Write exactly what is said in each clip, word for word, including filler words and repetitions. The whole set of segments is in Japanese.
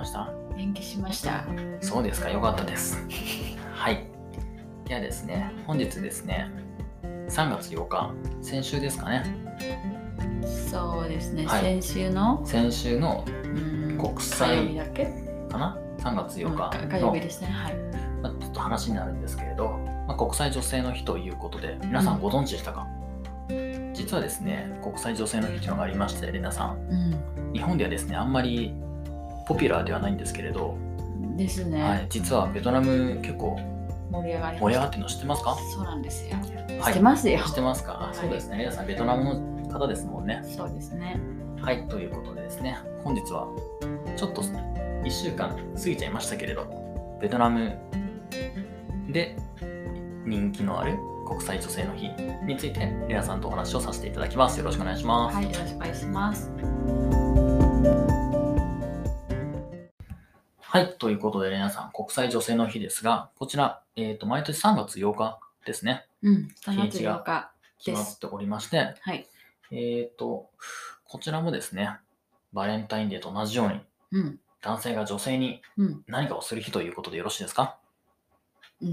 ました？ 勉強しました。 そうですか、よかったです。はい。ではですね、本日ですね、さんがつようか、先週ですかね。 そうですね、 はい、 先週の先週のうん国火曜日際だっけ、 かな ?さんがつようかうん、火曜の、 日ですね。はい。 まあ、ちょっと話になるんですけれど、まあ、国際女性の日ということで、皆さんご存知でしたか？実はですね、国際女性の日というのがありまして、レナさん。 うん。 日本ではですね、あんまりポピュラーではないんですけれど、 ですね。 はい、実はベトナム結構盛り上がり盛り上がました。 ってるの知ってますか？ そうなんですよ。 はい、 知ってますよ。 知ってますか？あ、そうですね。皆さんベトナムの方ですもんね。 そうですね。 はい、ということでですね、本日はちょっといっしゅうかん過ぎちゃいましたけれど、ベトナムで人気のある国際女性の日についてレナさんとお話をさせていただきます。よろしくお願いします。 はい、よろしくお願いします。 はい、ということでレナさん、国際女性の日ですが、こちら、えーと、毎年さんがつようかですね。 うん、さんがつ日にちがようか決まっておりまして、 はい。 えーと、こちらもですね、バレンタインデーと同じように、 うん。 男性が女性にうん。 何かをする日ということでよろしいですか？ うん、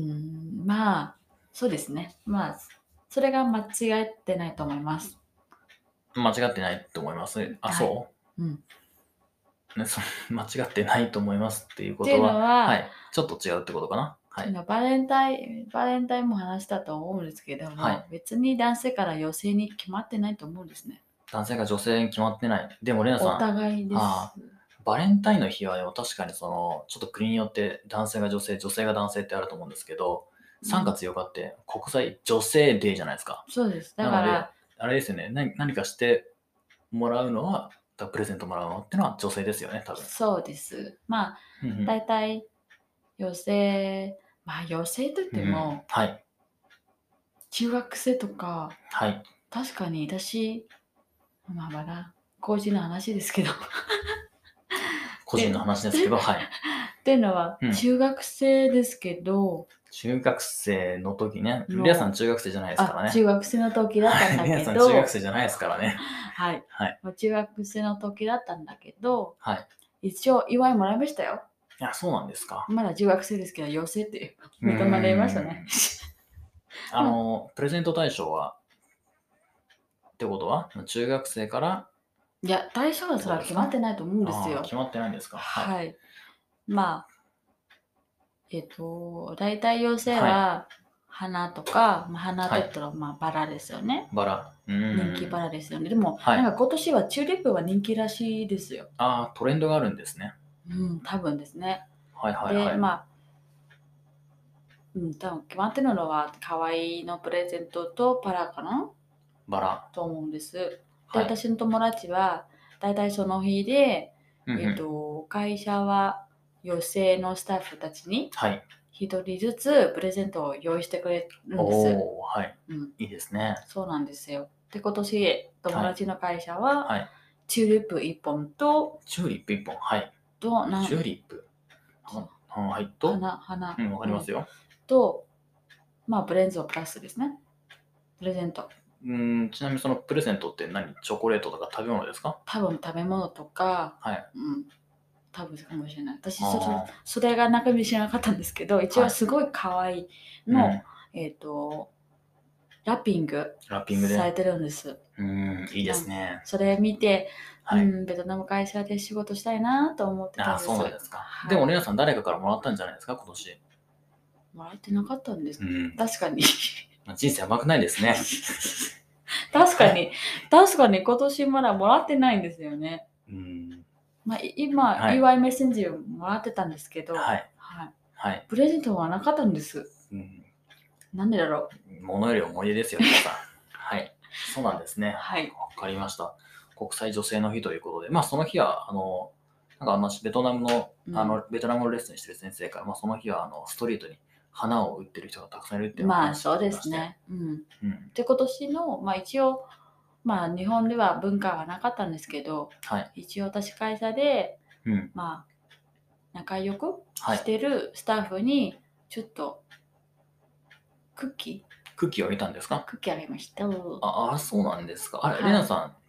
まあ、そうですね。まあ、それが間違ってないと思います。 間違ってないと思います。あ、 はいそうん。 う、ね、そ間違ってないと思いますっていうこっていうとは、 のは、 はい、ちょっと違うってことかな。はい。 バレンタイン、バレンタインも話したと思うんですけども、 はい別に男性から女性に決まってないと思うんですね。 男性が女性に決まってない。でも、レナさおん、 互いです。 あバレンタインの日はでも確かにその、ちょっと国によって男性が女性、女性が男性ってあると思うんですけど、さんがつようかって国際女性デーじゃないですか。 そうです。だなので、 から、 あれですよね、何何かしてもらうのは、プレゼントもらうのってのは女性ですよね、多分。 そうです。まあ、 うんうん大体、女性、まあ、女性といってうんうんも、 はい。 中学生とか、 はい。 確かに私、まあまだ、個人の話ですけど、 個人の話ですけど、はい。 っていうのはうん、 中学生ですけど、 中学生の時ね、 のレアさん中学生じゃないですからあ、 ね。 中学生の時だったんだレアけど、 さん中学生じゃないですからね。 はい。 はい。 中学生の時だったんだけど、 はい。 一応祝いもらいましたよ。 いや、そうなんですか。 まだ中学生ですけど、陽性って認められましたね。 あの、プレゼント対象は、ってことは、中学生からいや、対象はそれは決まってないと思うんですよ。 決まってないんですか。 はい。 はい。 まあ、えっ、と、大体陽性は、花とか、まあ、花といったら、まあ、バラですよね。 バラ。 人気バラですよね。でも、 はい、 なんか今年はチューリップは人気らしいですよ。 ああ、トレンドがあるんですね。 うん、多分ですね。 はいはいはい。 で、まあ、うん、多分決まってるのは、可愛いのプレゼントとバラかなバラ。 と思うんです。で、 はい、 私の友達は、大体その日で、 うんうんえっと、会社は女性のスタッフたちにはい。 一人ずつプレゼントを用意してくれるんです。 おお、はい。 うん、 いいですね。 そうなんですよ。で、今年、友達の会社は、 はい。 チューリップいっぽんと、 チューリップいっぽん。はい。 と、なんチューリップ。ははい。と、 花、花、 うん、わかりますよ。 と、まあ、ブレンズをプラスですね。プレゼント。 うんちなみにそのプレゼントって何？チョコレートとか食べ物ですか？ 多分食べ物とか、 はい。 うん、多分かもしれない。私あーそれ、それが中身知らなかったんですけど、一応すごい可愛いの、 うんえっ、と、ラッピングラッピングで。 されてるんです。 うんいいですね。 それ見て、 はい。 うん、ベトナム会社で仕事したいなと思ってたんです。 あーそうなんですか。 はいでも、レナさん誰かからもらったんじゃないですか、今年。 もらってなかったんです。 うん。 確かに。 人生甘くないですね。 確かに、確かに今年まだもらってないんですよね。 うん。 まあ、い今、 はい祝いメッセンジをもらってたんですけど、 はい。 はいはい。 プレゼントはなかったんです。 うん。 なんでだろ物より思い出ですよ、皆さん。はい。そうなんですね。 う。はい。 わかりました。国際女性の日ということで、まあその日は、あの、なんかあのベトナムの、あの、ベトナムのレッスンしてる先生から、まあその日はあのストリートに花を売ってる人がたくさんいるっていうのをまあ話してそうでまして。 すね。うん。 うん。 で、今年の、まあ一応、まあ日本では文化はなかったんですけど、 はい。 一応私会社で、 うん。 まあ仲良くはいしてるスタッフに、ちょっとクッキクッキーをあげたんですー、 か？ クッキーあげました。 ああ、そうなんですか。あれ、 はいレナさん、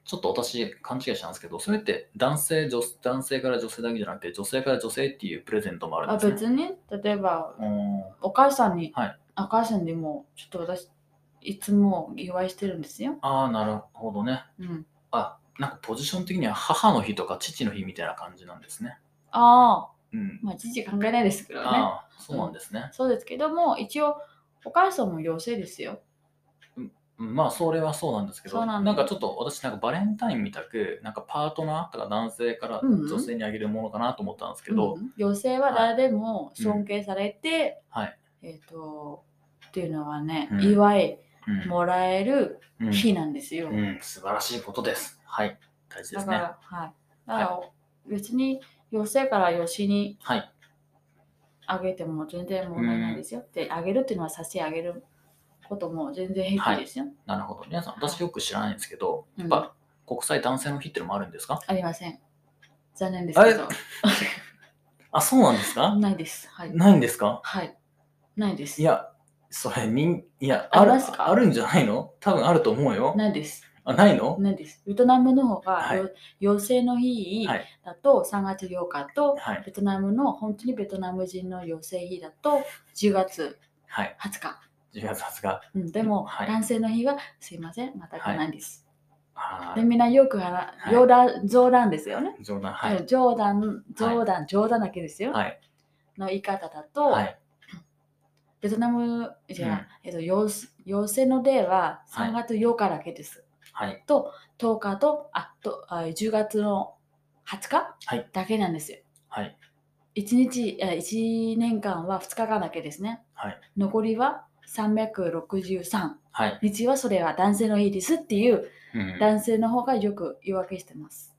ちょっと私勘違いしたんですけど、それって男性、女男性から女性だけじゃなくて、女性から女性っていうプレゼントもあるんあ、 ですね。 別に、例えば、 うんお母さんに、 はい。 お母さんにも、ちょっと私、いつも祝いしてるんですよ。 ああ、なるほどね。 うん。 あ、なんかポジション的には母の日とか父の日みたいな感じなんですね。 ああ、 うん。 まあ、父関係ないですけどね。 ああ、そうなんですね。 そうですけども、一応、お母さんも妖精ですよ。 うんまあ、それはそうなんですけど、 そうなんなんかちょっと私、なんかバレンタインみたく、なんかパートナーとか男性からうん女性にあげるものかなと思ったんですけど、 うん、妖精は誰でも尊敬されて、 はい。 えっ、と、っていうのはね、 うん祝いうんもらえるうん日なんですよ。 うん、素晴らしいことです。はい。大事ですね。 だから、はい。だから、別に妖精から妖精にはい。 あげても全然問題ないですよ。で、あげるっていうのは差し上げることも全然平気ですよ。 なるほど。皆さん、 はい私よく知らないんですけど、 うんやっぱ国際男性の日ってのもあるんですか？ ありません。残念ですけど。 あ、そうなんですか？ ないです。はい。 ないんですか？ はい。ないです。 いや、それ、にんいや、 ああるりますかあるんじゃないの？多分あると思うよ。 ないです。 あ、ないの？ ないです。ベトナムの方が、 はいよ妖精の日はい。 だとさんがつようかと、 はい。 ベトナムの本当にベトナム人の妖精日だとじゅうがつはい。 はつか。 じゅうがつはつか。 うん、でも、 はい男性の日はすいません、また来ないです。 あで、みんなよく話、 はい冗談冗談ですよね。 ー冗談、はい。 冗談、冗談、冗談だけですよ。 はい。 の言い方だと、 はい。 ベトナムじゃあ、 うんえっと、妖妖精のデーはさんがつようかだけです。 はい。 と、とおかと、あとあじゅうがつのはつか、 はいだけなんですよ。 はい。 いちにち、いちねんかんはふつかかんだけですね。 はい。 残りはさんびゃくろくじゅうさんはい。 にちはそれは男性の日ですっていううん男性の方がよく言い訳してます。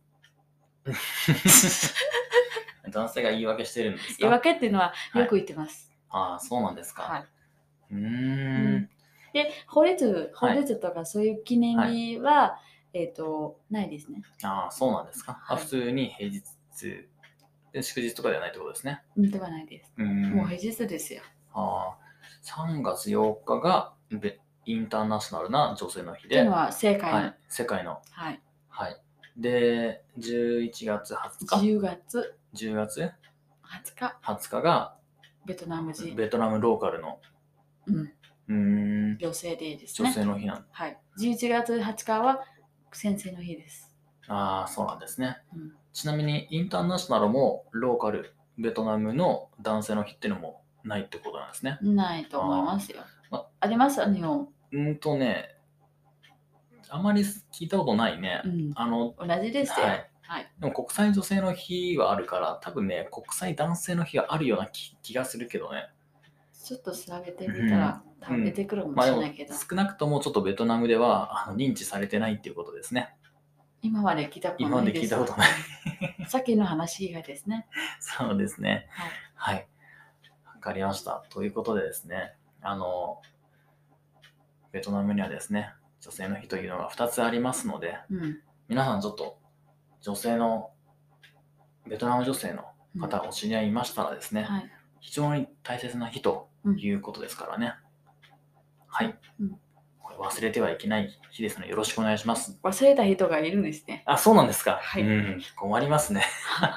男性が言い訳してるんですか？ 言い訳っていうのはよく言ってます。 ああ、そうなんですか。 はい。 うーん。 で、法律、法はい律とかそういう記念日は、えっ、と、ないですね。 ああ、そうなんですか。あはい普通に平日で祝日とかではないってことですね。 うんではないです。 うーん。 もう平日ですよ。 ああ、さんがつようかがべインターナショナルな女性の日で、 っていうのは正解の。 はい、世界の。 はい。 はい。で、じゅういちがつはつか、 じゅうがつじゅうがつはつか、 はつかがベトナム人、 ベトナムローカルのうん、 うーん女性デーです女ね。 性の日なんはい。じゅういちがつはつかは先生の日です。 ああ、そうなんですね。 うん、 ちなみにインターナショナルもローカル、ベトナムの男性の日っていうのもないってことなんですね。 ないと思いますよ。 あああります日本。 うんとね、あまり聞いたことないね。 うん、 あの、 同じですよ。 ははいい。 でも国際女性の日はあるから、多分ね、国際男性の日があるような気気がするけどね。 ちょっと調べてみたら、 うん多分出てくるかもまあでもしれないけど、 少なくともちょっとベトナムではあの認知されてないっていうことですね。 今まで聞いたこと今までないです。 聞いたことない。 さっきの話以外ですね。 そうですね。 はい。 はい。わかりました。ということでですね、あの、ベトナムにはですね、女性の日というのがふたつありますので、 うん。 皆さんちょっと女性の、ベトナム女性のうん方、お知り合いいましたらですね、 はい。 非常に大切な日ということですからね。はい、 うんこれ忘れてはいけない日ですのでよろしくお願いします。 忘れた人がいるんですね。 あ、そうなんですか。 はいうん、困りますね。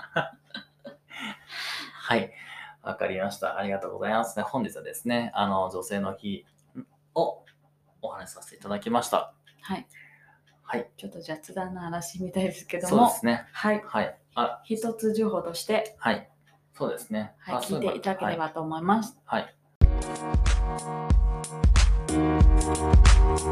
はい、わかりました。ありがとうございますね。本日はですね、あの、女性の日をお話しさせていただきました。 はい。 はい、 ちょっと雑談の話みたいですけどそうも、 ですね。 はい。 はい、あ、 一つ情報として、 はい、そうですね。 はい、 あ聞いていただけれはいばと思います。 はい。